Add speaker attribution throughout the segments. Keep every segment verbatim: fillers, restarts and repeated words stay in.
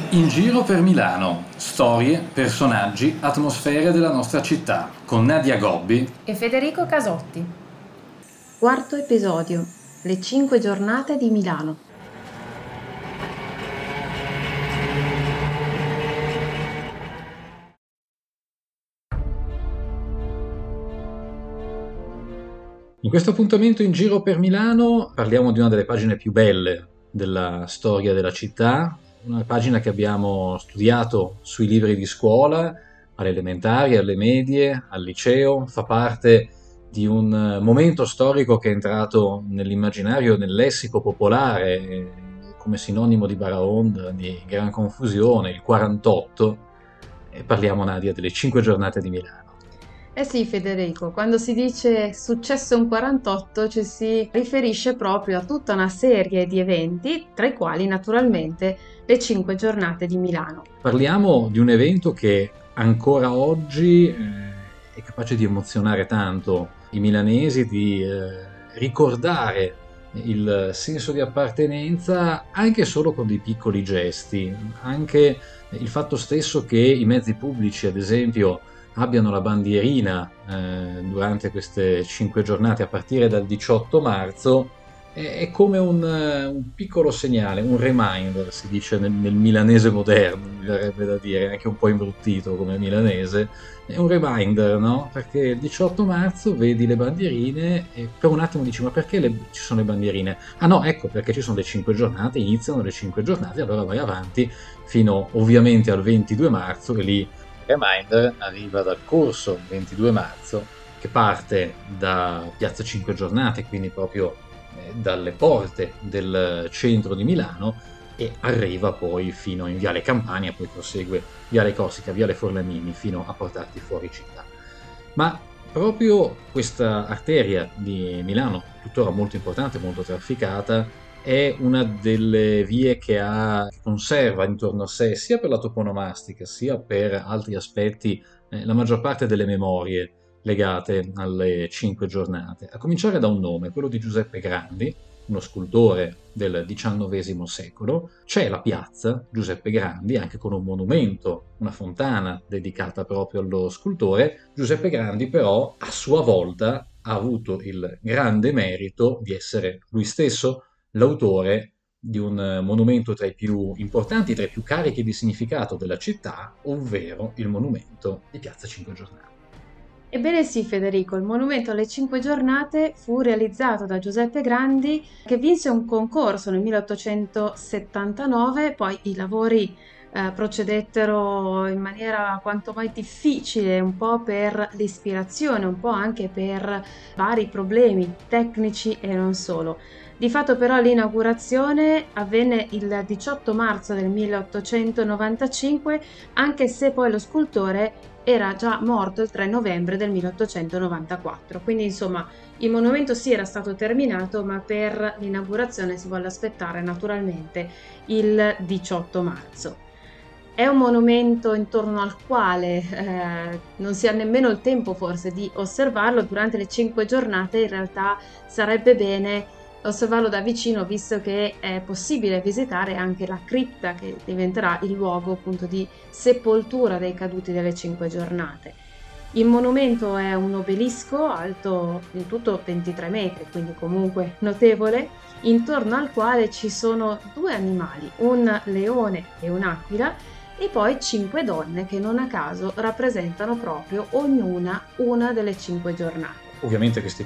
Speaker 1: In giro per Milano, storie, personaggi, atmosfere della nostra città, con Nadia Gobbi
Speaker 2: e Federico Casotti.
Speaker 3: Quarto episodio, le cinque giornate di Milano.
Speaker 1: In questo appuntamento in giro per Milano parliamo di una delle pagine più belle della storia della città, una pagina che abbiamo studiato sui libri di scuola, alle elementari, alle medie, al liceo, fa parte di un momento storico che è entrato nell'immaginario, nel lessico popolare, come sinonimo di baraonda, di gran confusione, il quarantotto, e parliamo, Nadia, delle cinque giornate di Milano.
Speaker 3: Eh sì, Federico, quando si dice successo un quarantotto ci si riferisce proprio a tutta una serie di eventi, tra i quali naturalmente le cinque giornate di Milano.
Speaker 1: Parliamo di un evento che ancora oggi eh, è capace di emozionare tanto i milanesi, di eh, ricordare il senso di appartenenza anche solo con dei piccoli gesti, anche il fatto stesso che i mezzi pubblici, ad esempio, abbiano la bandierina eh, durante queste cinque giornate a partire dal diciotto marzo è, è come un, un piccolo segnale, un reminder, si dice nel, nel milanese moderno, mi verrebbe da dire, anche un po' imbruttito come milanese, è un reminder, no? Perché il diciotto marzo vedi le bandierine e per un attimo dici ma perché le, ci sono le bandierine? Ah no, ecco, perché ci sono le cinque giornate, iniziano le cinque giornate, allora vai avanti fino ovviamente al ventidue marzo e lì reminder arriva dal corso ventidue marzo che parte da Piazza Cinque Giornate, quindi proprio eh, dalle porte del centro di Milano e arriva poi fino in Viale Campania, poi prosegue Viale Corsica, Viale Forlanini fino a portarti fuori città. Ma proprio questa arteria di Milano, tuttora molto importante, molto trafficata, è una delle vie che, ha, che conserva intorno a sé, sia per la toponomastica, sia per altri aspetti, eh, la maggior parte delle memorie legate alle cinque giornate. A cominciare da un nome, quello di Giuseppe Grandi, uno scultore del diciannovesimo secolo. C'è la piazza Giuseppe Grandi, anche con un monumento, una fontana dedicata proprio allo scultore. Giuseppe Grandi però, a sua volta, ha avuto il grande merito di essere lui stesso l'autore di un monumento tra i più importanti, tra i più carichi di significato della città, ovvero il monumento di Piazza Cinque Giornate.
Speaker 3: Ebbene sì, Federico, il monumento alle cinque giornate fu realizzato da Giuseppe Grandi, che vinse un concorso nel milleottocentosettantanove, poi i lavori eh, procedettero in maniera quanto mai difficile, un po' per l'ispirazione, un po' anche per vari problemi tecnici e non solo. Di fatto però l'inaugurazione avvenne il diciotto marzo del milleottocentonovantacinque, anche se poi lo scultore era già morto il tre novembre del milleottocentonovantaquattro, quindi insomma il monumento sì era stato terminato, ma per l'inaugurazione si volle aspettare naturalmente il diciotto marzo. È un monumento intorno al quale eh, non si ha nemmeno il tempo forse di osservarlo. Durante le cinque giornate in realtà sarebbe bene osservarlo da vicino, visto che è possibile visitare anche la cripta che diventerà il luogo appunto di sepoltura dei caduti delle cinque giornate. Il monumento è un obelisco alto in tutto ventitré metri, quindi comunque notevole, intorno al quale ci sono due animali, un leone e un'aquila, e poi cinque donne che non a caso rappresentano proprio ognuna una delle cinque giornate.
Speaker 1: Ovviamente queste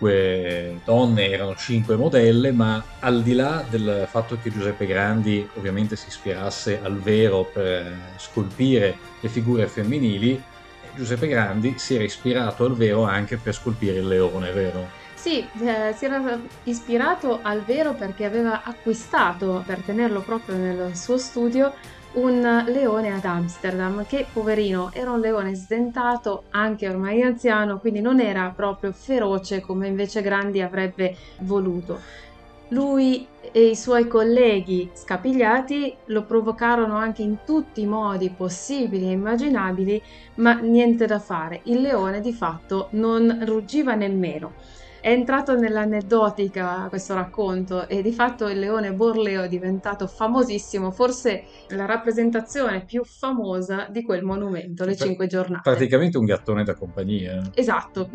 Speaker 1: cinque donne erano cinque modelle, ma al di là del fatto che Giuseppe Grandi ovviamente si ispirasse al vero per scolpire le figure femminili, Giuseppe Grandi si era ispirato al vero anche per scolpire il leone, vero?
Speaker 3: Sì, eh, si era ispirato al vero perché aveva acquistato, per tenerlo proprio nel suo studio, un leone ad Amsterdam che, poverino, era un leone sdentato, anche ormai anziano, quindi non era proprio feroce come invece Grandi avrebbe voluto. Lui e i suoi colleghi scapigliati lo provocarono anche in tutti i modi possibili e immaginabili, ma niente da fare, il leone di fatto non ruggiva nemmeno. è entrato nell'aneddotica questo racconto e di fatto il leone Borleo è diventato famosissimo, forse la rappresentazione più famosa di quel monumento, le
Speaker 1: Pra-
Speaker 3: cinque giornate.
Speaker 1: praticamente un gattone da compagnia.
Speaker 3: Esatto.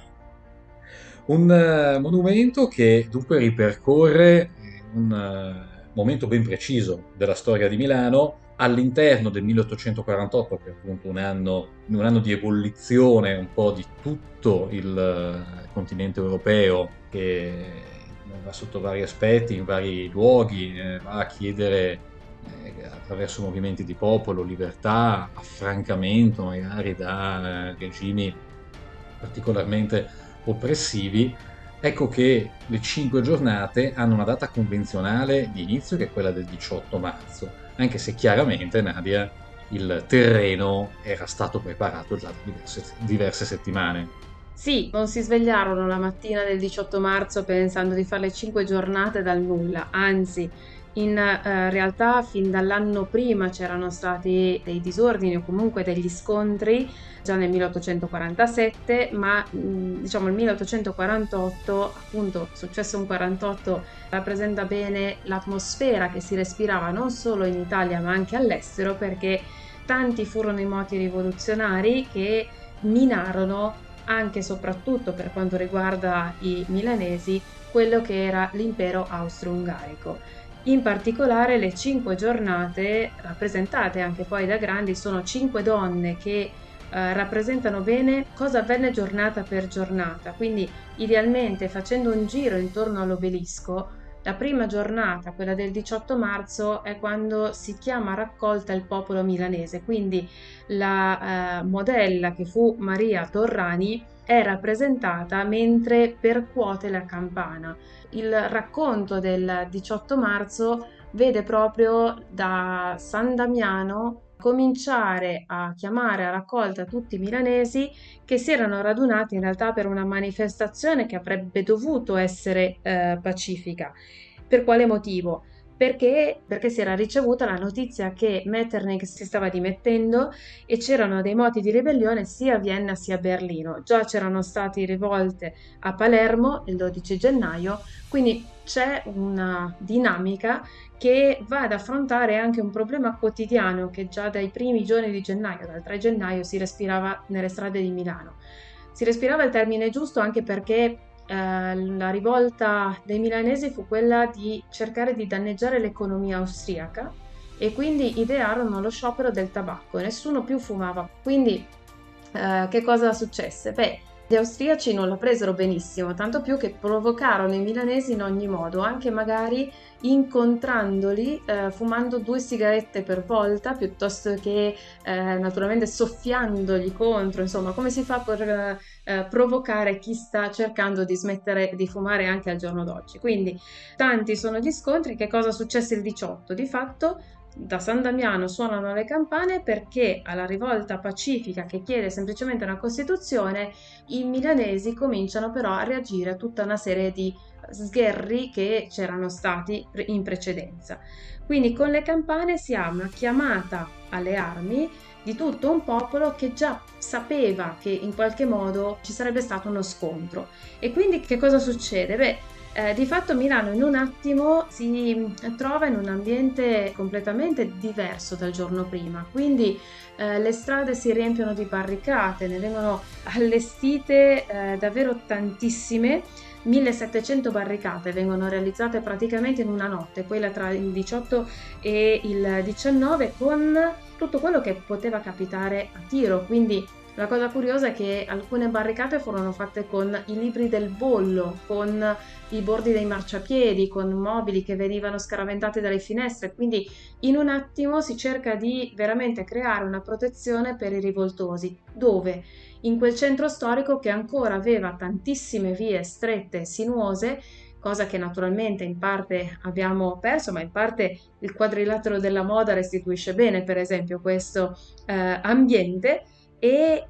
Speaker 1: Un eh, monumento che dunque ripercorre eh, un eh, momento ben preciso della storia di Milano all'interno del milleottocentoquarantotto, che è appunto un anno, un anno di ebollizione un po' di tutto il eh, continente europeo, che va sotto vari aspetti, in vari luoghi, eh, va a chiedere eh, attraverso movimenti di popolo, libertà, affrancamento magari da eh, regimi particolarmente oppressivi. Ecco che le cinque giornate hanno una data convenzionale di inizio che è quella del diciotto marzo, anche se chiaramente, Nadia, il terreno era stato preparato già da diverse, diverse settimane.
Speaker 3: Sì, non si svegliarono la mattina del diciotto marzo pensando di fare le cinque giornate dal nulla, anzi, in eh, realtà fin dall'anno prima c'erano stati dei disordini o comunque degli scontri già nel milleottocentoquarantasette, ma mh, diciamo il milleottocentoquarantotto, appunto, successo un quarantotto, rappresenta bene l'atmosfera che si respirava non solo in Italia ma anche all'estero, perché tanti furono i moti rivoluzionari che minarono anche e soprattutto per quanto riguarda i milanesi, quello che era l'impero austro-ungarico. In particolare le cinque giornate, rappresentate anche poi da Grandi, sono cinque donne che eh, rappresentano bene cosa avvenne giornata per giornata. Quindi idealmente facendo un giro intorno all'obelisco, la prima giornata, quella del diciotto marzo, è quando si chiama a raccolta il popolo milanese, quindi la eh, modella che fu Maria Torrani è rappresentata mentre percuote la campana. Il racconto del diciotto marzo vede proprio da San Damiano cominciare a chiamare a raccolta tutti i milanesi che si erano radunati in realtà per una manifestazione che avrebbe dovuto essere eh, pacifica. Per quale motivo? Perché, perché si era ricevuta la notizia che Metternich si stava dimettendo e c'erano dei moti di ribellione sia a Vienna sia a Berlino. Già c'erano state rivolte a Palermo il dodici gennaio, quindi c'è una dinamica che va ad affrontare anche un problema quotidiano che già dai primi giorni di gennaio, dal tre gennaio, si respirava nelle strade di Milano. Si respirava il termine giusto anche perché eh, la rivolta dei milanesi fu quella di cercare di danneggiare l'economia austriaca e quindi idearono lo sciopero del tabacco, nessuno più fumava. Quindi eh, che cosa successe? Beh, gli austriaci non la presero benissimo, tanto più che provocarono i milanesi in ogni modo, anche magari incontrandoli, eh, fumando due sigarette per volta, piuttosto che eh, naturalmente soffiandogli contro, insomma, come si fa per eh, provocare chi sta cercando di smettere di fumare anche al giorno d'oggi. Quindi tanti sono gli scontri. Che cosa successe il diciotto? Di fatto da San Damiano suonano le campane perché alla rivolta pacifica che chiede semplicemente una Costituzione, i milanesi cominciano però a reagire a tutta una serie di sgherri che c'erano stati in precedenza. Quindi con le campane si ha una chiamata alle armi di tutto un popolo che già sapeva che in qualche modo ci sarebbe stato uno scontro. E quindi che cosa succede? Beh, eh, di fatto Milano in un attimo si trova in un ambiente completamente diverso dal giorno prima, quindi eh, le strade si riempiono di barricate, ne vengono allestite eh, davvero tantissime. millesettecento barricate vengono realizzate praticamente in una notte, quella tra il diciotto e il diciannove, con tutto quello che poteva capitare a tiro. Quindi la cosa curiosa è che alcune barricate furono fatte con i libri del bollo, con i bordi dei marciapiedi, con mobili che venivano scaraventati dalle finestre, quindi in un attimo si cerca di veramente creare una protezione per i rivoltosi. Dove? In quel centro storico che ancora aveva tantissime vie strette e sinuose, cosa che naturalmente in parte abbiamo perso, ma in parte il quadrilatero della moda restituisce bene, per esempio, questo eh, ambiente. E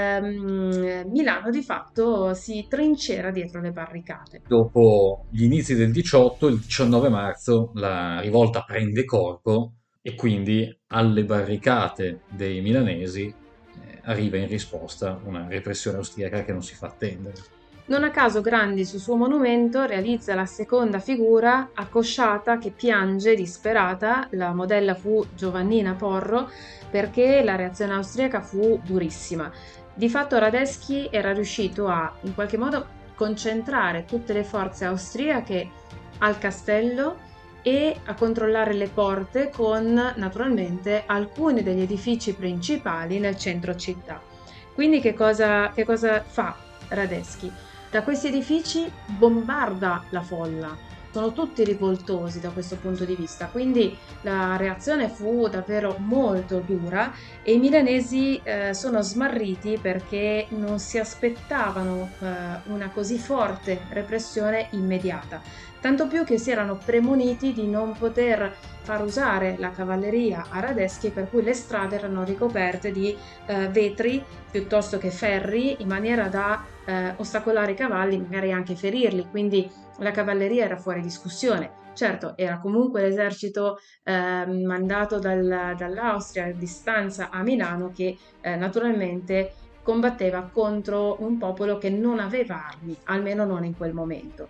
Speaker 3: ehm, Milano di fatto si trincera dietro le barricate.
Speaker 1: Dopo gli inizi del diciotto, il diciannove marzo, la rivolta prende corpo e quindi alle barricate dei milanesi eh, arriva in risposta una repressione austriaca che non si fa attendere.
Speaker 3: Non a caso Grandi sul suo monumento realizza la seconda figura accosciata che piange disperata, la modella fu Giovannina Porro, perché la reazione austriaca fu durissima. Di fatto Radetzky era riuscito a in qualche modo concentrare tutte le forze austriache al castello e a controllare le porte con naturalmente alcuni degli edifici principali nel centro città. Quindi che cosa, che cosa fa Radetzky? Da questi edifici bombarda la folla, sono tutti rivoltosi da questo punto di vista, quindi la reazione fu davvero molto dura e i milanesi eh, sono smarriti perché non si aspettavano eh, una così forte repressione immediata, tanto più che si erano premuniti di non poter far usare la cavalleria a Radetzky, per cui le strade erano ricoperte di eh, vetri piuttosto che ferri, in maniera da eh, ostacolare i cavalli, magari anche ferirli, quindi la cavalleria era fuori discussione. Certo, era comunque l'esercito eh, mandato dal, dall'Austria a distanza a Milano che eh, naturalmente combatteva contro un popolo che non aveva armi, almeno non in quel momento.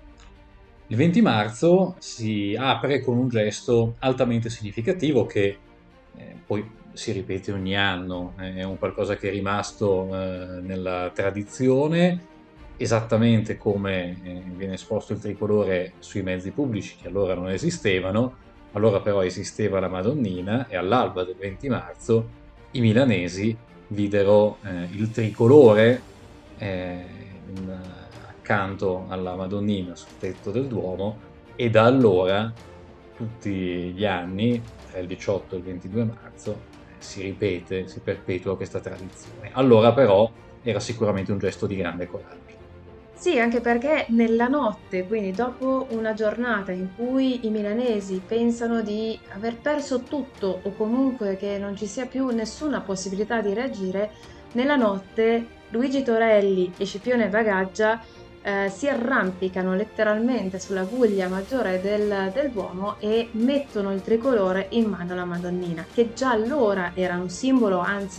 Speaker 1: Il venti marzo si apre con un gesto altamente significativo che eh, poi si ripete ogni anno, è un qualcosa che è rimasto eh, nella tradizione, esattamente come eh, viene esposto il tricolore sui mezzi pubblici che allora non esistevano. Allora però esisteva la Madonnina e all'alba del venti marzo i milanesi videro eh, il tricolore eh, in, accanto alla Madonnina sul tetto del Duomo, e da allora tutti gli anni, tra il diciotto e il ventidue marzo, si ripete, si perpetua questa tradizione. Allora però era sicuramente un gesto di grande coraggio.
Speaker 3: Sì, anche perché nella notte, quindi dopo una giornata in cui i milanesi pensano di aver perso tutto o comunque che non ci sia più nessuna possibilità di reagire, nella notte Luigi Torelli e Scipione Bagaggia eh, si arrampicano letteralmente sulla guglia maggiore del, del Duomo e mettono il tricolore in mano alla Madonnina, che già allora era un simbolo, anzi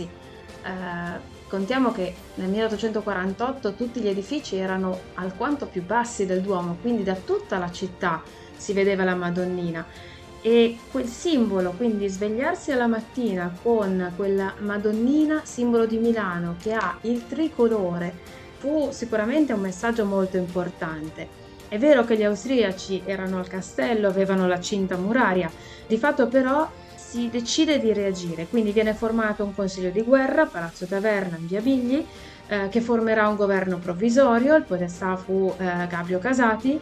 Speaker 3: eh, contiamo che nel milleottocentoquarantotto tutti gli edifici erano alquanto più bassi del Duomo, quindi da tutta la città si vedeva la Madonnina. E quel simbolo, quindi svegliarsi alla mattina con quella Madonnina, simbolo di Milano, che ha il tricolore, fu sicuramente un messaggio molto importante. È vero che gli austriaci erano al castello, avevano la cinta muraria, di fatto però si decide di reagire, quindi viene formato un consiglio di guerra a Palazzo Taverna in via Bigli, eh, che formerà un governo provvisorio, il podestà fu eh, Gabrio Casati,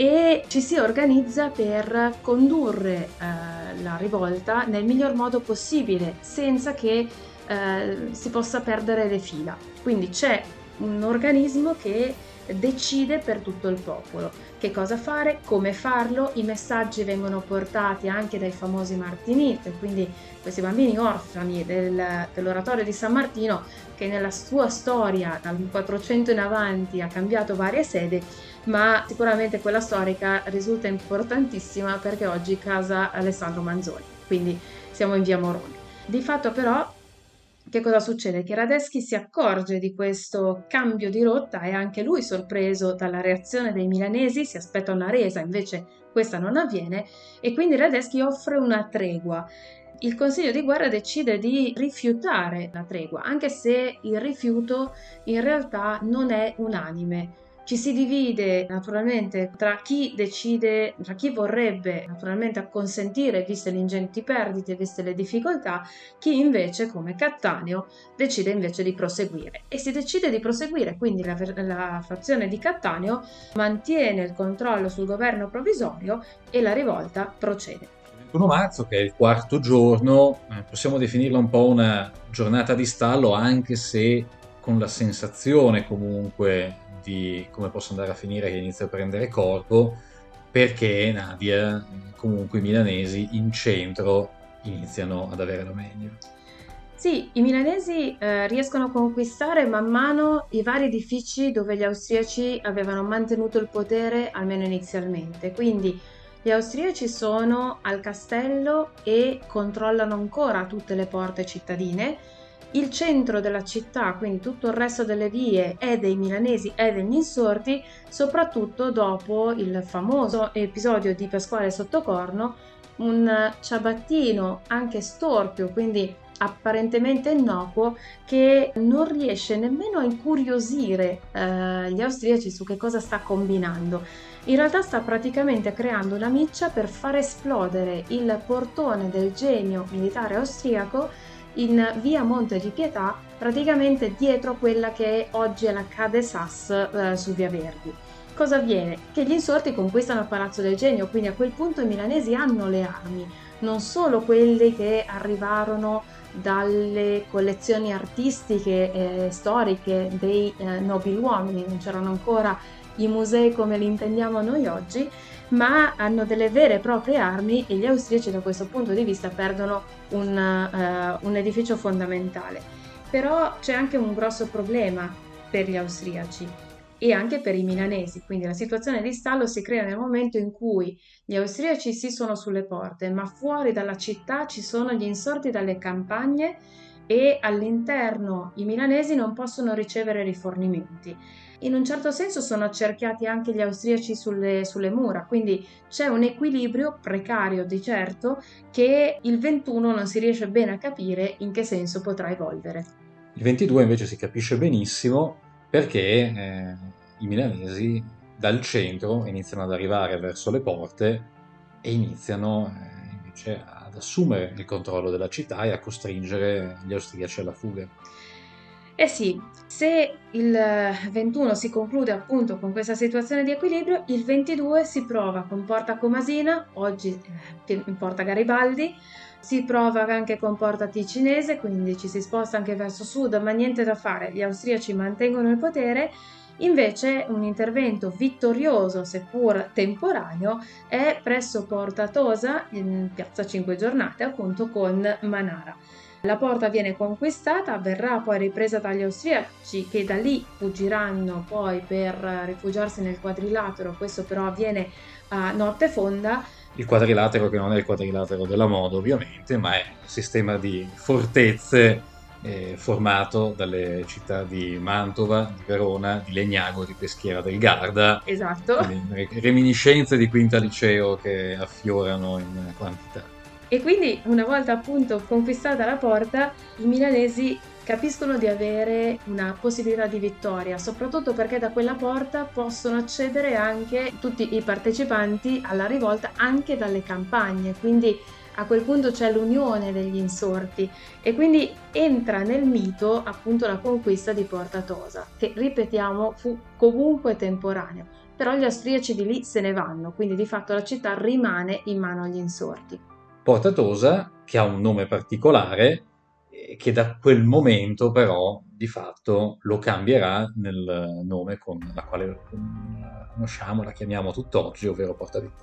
Speaker 3: e ci si organizza per condurre eh, la rivolta nel miglior modo possibile, senza che eh, si possa perdere le fila. Quindi c'è un organismo che decide per tutto il popolo che cosa fare, come farlo. I messaggi vengono portati anche dai famosi Martinite, quindi questi bambini orfani del, dell'oratorio di San Martino, che nella sua storia dal quattrocento in avanti ha cambiato varie sedi, ma sicuramente quella storica risulta importantissima perché oggi casa Alessandro Manzoni, quindi siamo in via Moroni. Di fatto però che cosa succede? Che Radetzky si accorge di questo cambio di rotta, e anche lui sorpreso dalla reazione dei milanesi, si aspetta una resa, invece questa non avviene, e quindi Radetzky offre una tregua. Il Consiglio di guerra decide di rifiutare la tregua, anche se il rifiuto in realtà non è unanime. Ci si divide naturalmente tra chi decide, tra chi vorrebbe naturalmente acconsentire viste le ingenti perdite, viste le difficoltà, chi invece, come Cattaneo, decide invece di proseguire. E si decide di proseguire, quindi la, la fazione di Cattaneo mantiene il controllo sul governo provvisorio e la rivolta procede.
Speaker 1: ventuno marzo, che è il quarto giorno, eh, possiamo definirla un po' una giornata di stallo, anche se con la sensazione comunque di come possa andare a finire che inizia a prendere corpo, perché Nadia, comunque i milanesi in centro iniziano ad avere la meglio.
Speaker 3: Sì, i milanesi eh, riescono a conquistare man mano i vari edifici dove gli austriaci avevano mantenuto il potere, almeno inizialmente. Quindi gli austriaci sono al castello e controllano ancora tutte le porte cittadine. Il centro della città, quindi tutto il resto delle vie, è dei milanesi e degli insorti, soprattutto dopo il famoso episodio di Pasquale Sottocorno, un ciabattino anche storpio, quindi apparentemente innocuo, che non riesce nemmeno a incuriosire eh, gli austriaci su che cosa sta combinando. In realtà sta praticamente creando una miccia per far esplodere il portone del genio militare austriaco in via Monte di Pietà, praticamente dietro quella che oggi è la Cade Sas eh, su via Verdi. Cosa avviene? Che gli insorti conquistano il Palazzo del Genio, quindi a quel punto i milanesi hanno le armi, non solo quelle che arrivarono dalle collezioni artistiche e eh, storiche dei eh, nobiluomini, non c'erano ancora i musei come li intendiamo noi oggi, ma hanno delle vere e proprie armi e gli austriaci da questo punto di vista perdono un, uh, un edificio fondamentale. Però c'è anche un grosso problema per gli austriaci e anche per i milanesi, quindi la situazione di stallo si crea nel momento in cui gli austriaci si sono sulle porte, ma fuori dalla città ci sono gli insorti dalle campagne e all'interno i milanesi non possono ricevere rifornimenti. In un certo senso sono accerchiati anche gli austriaci sulle, sulle mura, quindi c'è un equilibrio precario di certo che il ventuno non si riesce bene a capire in che senso potrà evolvere.
Speaker 1: Il ventidue invece si capisce benissimo perché eh, i milanesi dal centro iniziano ad arrivare verso le porte e iniziano eh, invece ad assumere il controllo della città e a costringere gli austriaci alla fuga.
Speaker 3: Eh sì, se il ventuno si conclude appunto con questa situazione di equilibrio, il ventidue si prova con Porta Comasina, oggi eh, Porta Garibaldi, si prova anche con Porta Ticinese, quindi ci si sposta anche verso sud, ma niente da fare, gli austriaci mantengono il potere. Invece un intervento vittorioso, seppur temporaneo, è presso Porta Tosa, in piazza Cinque Giornate, appunto con Manara. La porta viene conquistata, verrà poi ripresa dagli austriaci che da lì fuggiranno poi per rifugiarsi nel quadrilatero, questo però avviene a notte fonda.
Speaker 1: Il quadrilatero che non è il quadrilatero della moda ovviamente, ma è un sistema di fortezze eh, formato dalle città di Mantova, di Verona, di Legnago, di Peschiera del Garda.
Speaker 3: Esatto.
Speaker 1: Reminiscenze di Quinta Liceo che affiorano in quantità.
Speaker 3: E quindi una volta appunto conquistata la porta, i milanesi capiscono di avere una possibilità di vittoria, soprattutto perché da quella porta possono accedere anche tutti i partecipanti alla rivolta anche dalle campagne, quindi a quel punto c'è l'unione degli insorti e quindi entra nel mito appunto la conquista di Porta Tosa, che ripetiamo fu comunque temporaneo, però gli austriaci di lì se ne vanno, quindi di fatto la città rimane in mano agli insorti.
Speaker 1: Porta Tosa, che ha un nome particolare, eh, che da quel momento però di fatto lo cambierà nel nome con la quale la conosciamo, la chiamiamo tutt'oggi, ovvero Porta Vittoria.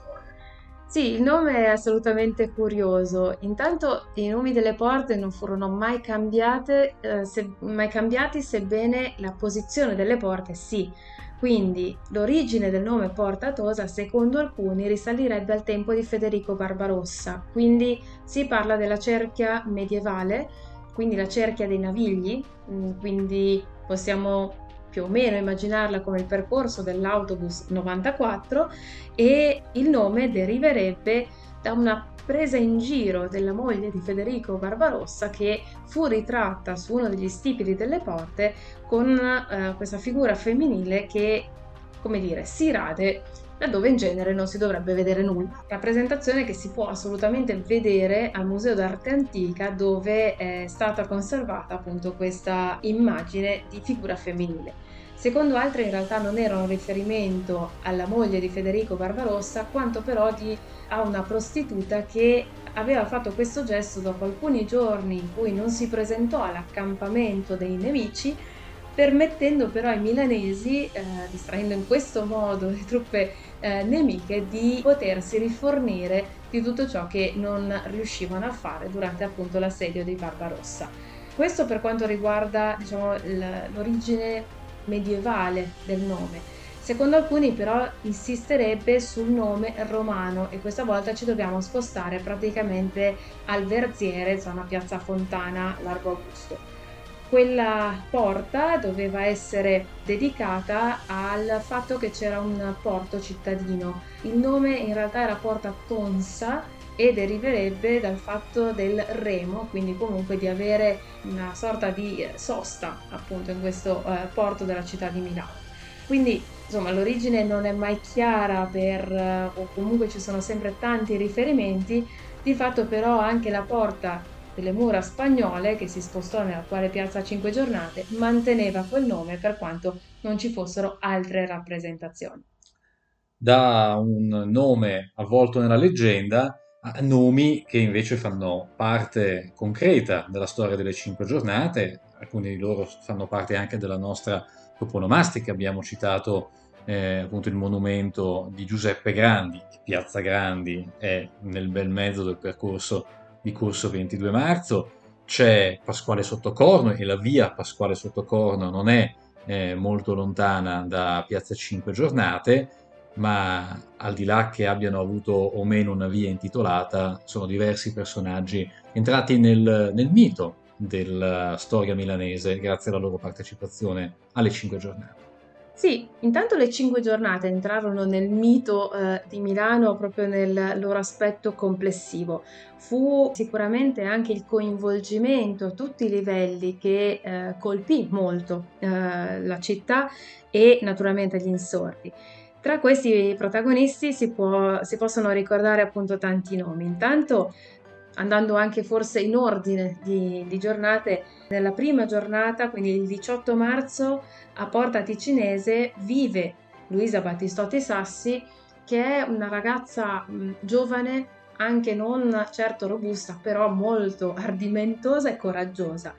Speaker 3: Sì, il nome è assolutamente curioso. Intanto i nomi delle porte non furono mai cambiate, eh, se- mai cambiati, sebbene la posizione delle porte sì. Quindi l'origine del nome Porta Tosa, secondo alcuni, risalirebbe al tempo di Federico Barbarossa. Quindi si parla della cerchia medievale, quindi la cerchia dei Navigli, mm, quindi possiamo più o meno immaginarla come il percorso dell'autobus novantaquattro e il nome deriverebbe da una presa in giro della moglie di Federico Barbarossa che fu ritratta su uno degli stipiti delle porte con eh, questa figura femminile che, come dire, si rade laddove in genere non si dovrebbe vedere nulla. Rappresentazione che si può assolutamente vedere al Museo d'Arte Antica, dove è stata conservata appunto questa immagine di figura femminile. Secondo altri in realtà non era un riferimento alla moglie di Federico Barbarossa, quanto però di, a una prostituta che aveva fatto questo gesto dopo alcuni giorni in cui non si presentò all'accampamento dei nemici, permettendo però ai milanesi, eh, distraendo in questo modo le truppe eh, nemiche, di potersi rifornire di tutto ciò che non riuscivano a fare durante appunto l'assedio di Barbarossa. Questo per quanto riguarda, diciamo, l'origine medievale del nome. Secondo alcuni però insisterebbe sul nome romano e questa volta ci dobbiamo spostare praticamente al Verziere, zona Piazza Fontana, Largo Augusto. Quella porta doveva essere dedicata al fatto che c'era un porto cittadino. Il nome in realtà era Porta Tonsa e deriverebbe dal fatto del remo, quindi comunque di avere una sorta di sosta appunto in questo eh, porto della città di Milano. Quindi insomma l'origine non è mai chiara per, eh, o comunque ci sono sempre tanti riferimenti, di fatto però anche la porta delle mura spagnole, che si spostò nell'attuale piazza Cinque Giornate, manteneva quel nome per quanto non ci fossero altre rappresentazioni.
Speaker 1: Da un nome avvolto nella leggenda a nomi che invece fanno parte concreta della storia delle Cinque Giornate, alcuni di loro fanno parte anche della nostra toponomastica. Abbiamo citato eh, appunto il monumento di Giuseppe Grandi, che Piazza Grandi è nel bel mezzo del percorso di Corso ventidue marzo. C'è Pasquale Sottocorno e la via Pasquale Sottocorno non è eh, molto lontana da Piazza Cinque Giornate, ma al di là che abbiano avuto o meno una via intitolata, sono diversi personaggi entrati nel, nel mito della storia milanese grazie alla loro partecipazione alle Cinque Giornate.
Speaker 3: Sì, intanto le Cinque Giornate entrarono nel mito eh, di Milano proprio nel loro aspetto complessivo. Fu sicuramente anche il coinvolgimento a tutti i livelli che eh, colpì molto eh, la città e naturalmente gli insorti. Tra questi protagonisti si può- si possono ricordare appunto tanti nomi. Intanto, andando anche forse in ordine di, di giornate, nella prima giornata, quindi il diciotto marzo, a Porta Ticinese vive Luisa Battistotti Sassi, che è una ragazza mh, giovane, anche non certo robusta, però molto ardimentosa e coraggiosa.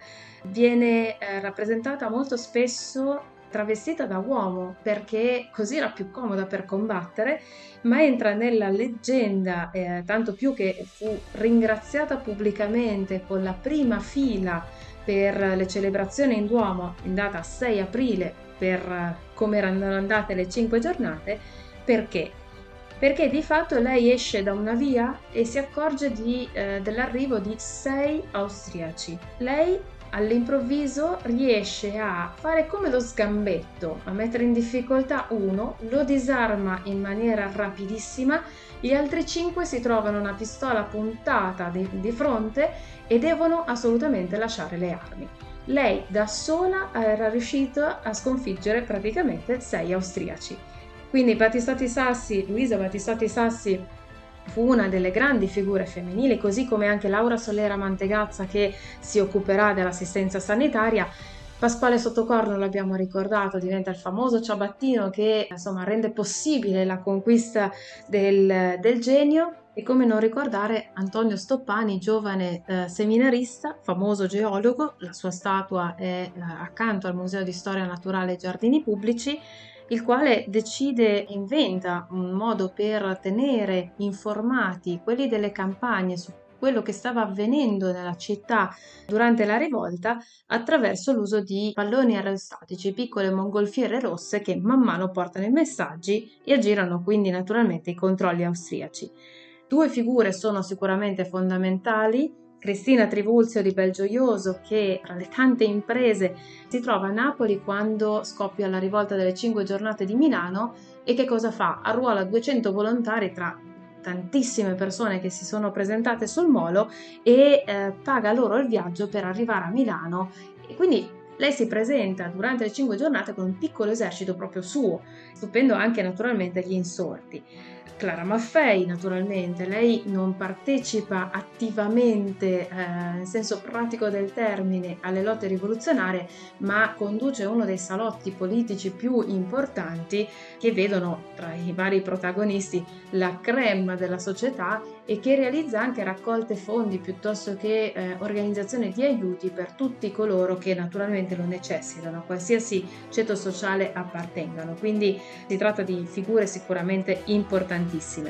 Speaker 3: Viene eh, rappresentata molto spesso travestita da uomo perché così era più comoda per combattere, ma entra nella leggenda, eh, tanto più che fu ringraziata pubblicamente con la prima fila per le celebrazioni in Duomo in data sei aprile per eh, come erano andate le cinque giornate. Perché? Perché di fatto lei esce da una via e si accorge di, eh, dell'arrivo di sei austriaci. Lei all'improvviso riesce a fare come lo sgambetto, a mettere in difficoltà uno, lo disarma in maniera rapidissima, gli altri cinque si trovano una pistola puntata di, di fronte e devono assolutamente lasciare le armi. Lei da sola era riuscita a sconfiggere praticamente sei austriaci. Quindi Battistotti Sassi, Luisa Battistotti Sassi fu una delle grandi figure femminili, così come anche Laura Solera Mantegazza che si occuperà dell'assistenza sanitaria. Pasquale Sottocorno, l'abbiamo ricordato, diventa il famoso ciabattino che insomma rende possibile la conquista del, del genio. E come non ricordare Antonio Stoppani, giovane eh, seminarista, famoso geologo, la sua statua è eh, accanto al Museo di Storia Naturale e Giardini Pubblici, il quale decide, inventa un modo per tenere informati quelli delle campagne su quello che stava avvenendo nella città durante la rivolta attraverso l'uso di palloni aerostatici, piccole mongolfiere rosse che man mano portano i messaggi e aggirano quindi naturalmente i controlli austriaci. Due figure sono sicuramente fondamentali. Cristina Trivulzio di Belgioioso, che tra le tante imprese si trova a Napoli quando scoppia la rivolta delle Cinque Giornate di Milano, e che cosa fa? Arruola duecento volontari tra tantissime persone che si sono presentate sul molo e eh, paga loro il viaggio per arrivare a Milano, e quindi lei si presenta durante le Cinque Giornate con un piccolo esercito proprio suo, stupendo anche naturalmente gli insorti. Clara Maffei, naturalmente, lei non partecipa attivamente, eh, nel senso pratico del termine, alle lotte rivoluzionarie, ma conduce uno dei salotti politici più importanti che vedono tra i vari protagonisti la crème della società e che realizza anche raccolte fondi piuttosto che eh, organizzazione di aiuti per tutti coloro che naturalmente lo necessitano, a qualsiasi ceto sociale appartengano. Quindi si tratta di figure sicuramente importantissime.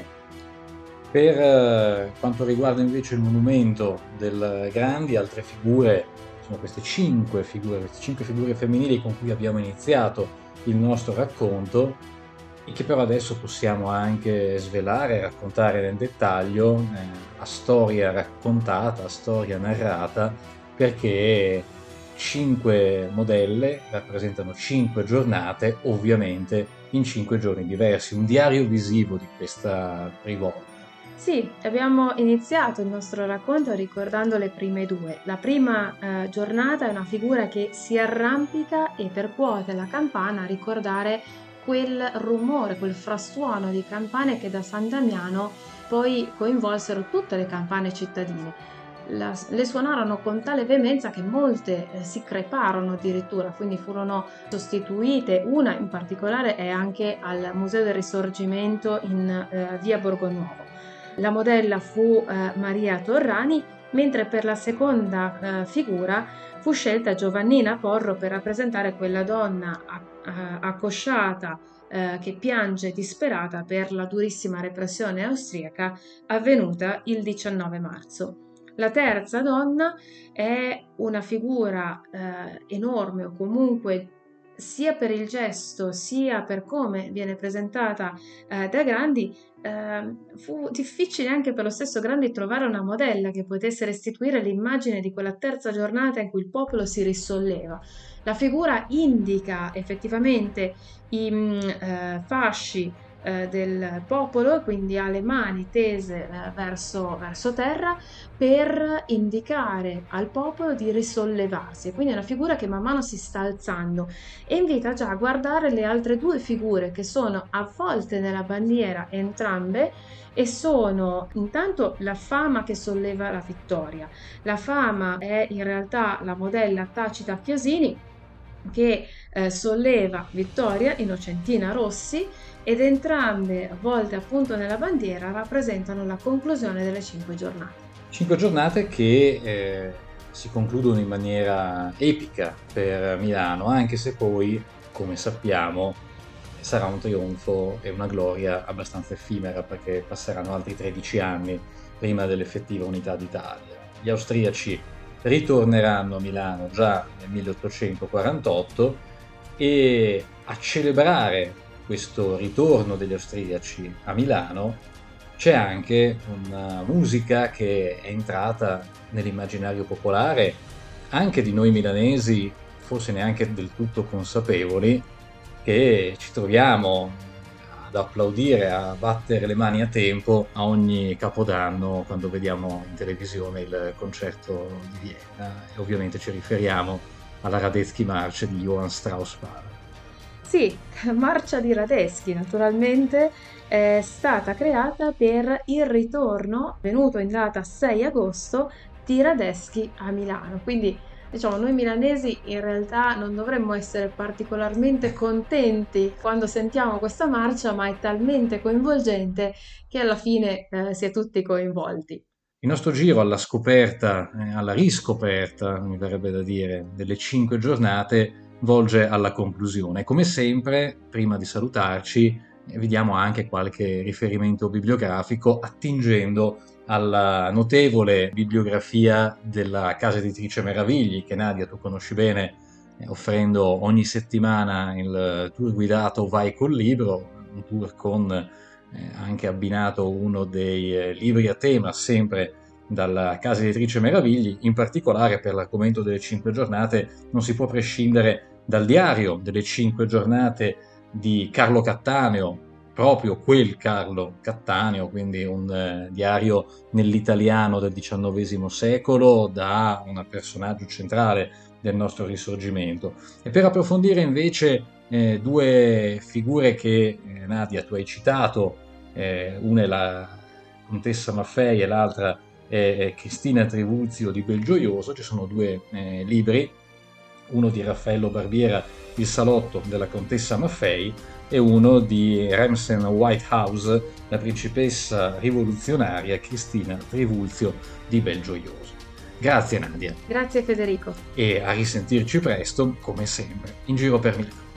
Speaker 1: Per eh, quanto riguarda invece il monumento del Grandi, altre figure sono queste cinque figure, queste cinque figure femminili con cui abbiamo iniziato il nostro racconto e che però adesso possiamo anche svelare, raccontare nel dettaglio, eh, a storia raccontata, a storia narrata, perché cinque modelle rappresentano cinque giornate, ovviamente in cinque giorni diversi, un diario visivo di questa rivolta.
Speaker 3: Sì, abbiamo iniziato il nostro racconto ricordando le prime due. La prima eh, giornata è una figura che si arrampica e percuote la campana a ricordare quel rumore, quel frastuono di campane che da San Damiano poi coinvolsero tutte le campane cittadine. La- le suonarono con tale veemenza che molte eh, si creparono addirittura, quindi furono sostituite. Una in particolare è anche al Museo del Risorgimento in eh, via Borgonuovo. La modella fu eh, Maria Torrani, mentre per la seconda eh, figura fu scelta Giovannina Porro per rappresentare quella donna a- a- accosciata eh, che piange disperata per la durissima repressione austriaca avvenuta il diciannove marzo. La terza donna è una figura eh, enorme, o comunque sia per il gesto sia per come viene presentata eh, da Grandi. Eh, fu difficile anche per lo stesso Grandi trovare una modella che potesse restituire l'immagine di quella terza giornata in cui il popolo si risolleva. La figura indica effettivamente i mm, eh, fasci eh, del popolo, quindi ha le mani tese eh, verso, verso terra per indicare al popolo di risollevarsi. Quindi è una figura che man mano si sta alzando e invita già a guardare le altre due figure che sono avvolte nella bandiera entrambe e sono intanto la fama che solleva la vittoria. La fama è in realtà la modella Tacita Chiasini che eh, solleva Vittoria Innocentina Rossi ed entrambe avvolte appunto nella bandiera rappresentano la conclusione delle cinque giornate.
Speaker 1: Cinque giornate che eh, si concludono in maniera epica per Milano, anche se poi, come sappiamo, sarà un trionfo e una gloria abbastanza effimera, perché passeranno altri tredici anni prima dell'effettiva unità d'Italia. Gli austriaci ritorneranno a Milano già nel milleottocentoquarantotto e a celebrare questo ritorno degli austriaci a Milano c'è anche una musica che è entrata nell'immaginario popolare anche di noi milanesi, forse neanche del tutto consapevoli, che ci troviamo ad applaudire, a battere le mani a tempo a ogni Capodanno quando vediamo in televisione il concerto di Vienna, e ovviamente ci riferiamo alla Radetzky March di Johann Strauss Mahler.
Speaker 3: Sì, Marcia di Radetzky naturalmente è stata creata per il ritorno, venuto in data sei agosto, di Radetzky a Milano. Quindi, diciamo, noi milanesi in realtà non dovremmo essere particolarmente contenti quando sentiamo questa marcia, ma è talmente coinvolgente che alla fine eh, si è tutti coinvolti.
Speaker 1: Il nostro giro alla scoperta, eh, alla riscoperta, mi verrebbe da dire, delle cinque giornate volge alla conclusione. Come sempre, prima di salutarci, eh, vediamo anche qualche riferimento bibliografico attingendo alla notevole bibliografia della casa editrice Meravigli, che Nadia tu conosci bene, eh, offrendo ogni settimana il tour guidato Vai col libro, un tour con eh, anche abbinato uno dei eh, libri a tema, sempre dalla casa editrice Meravigli. In particolare per l'argomento delle cinque giornate non si può prescindere dal diario delle cinque giornate di Carlo Cattaneo, proprio quel Carlo Cattaneo, quindi un eh, diario nell'italiano del diciannovesimo secolo da un personaggio centrale del nostro risorgimento. E per approfondire invece eh, due figure che eh, Nadia tu hai citato, eh, una è la contessa Maffei e l'altra è Cristina Trivulzio di Belgioioso. Ci sono due eh, libri, uno di Raffaello Barbiera, Il salotto della contessa Maffei, e uno di Ramsen Whitehouse, La principessa rivoluzionaria Cristina Trivulzio di Belgioioso. Grazie Nadia.
Speaker 3: Grazie Federico.
Speaker 1: E a risentirci presto, come sempre, in giro per Milano.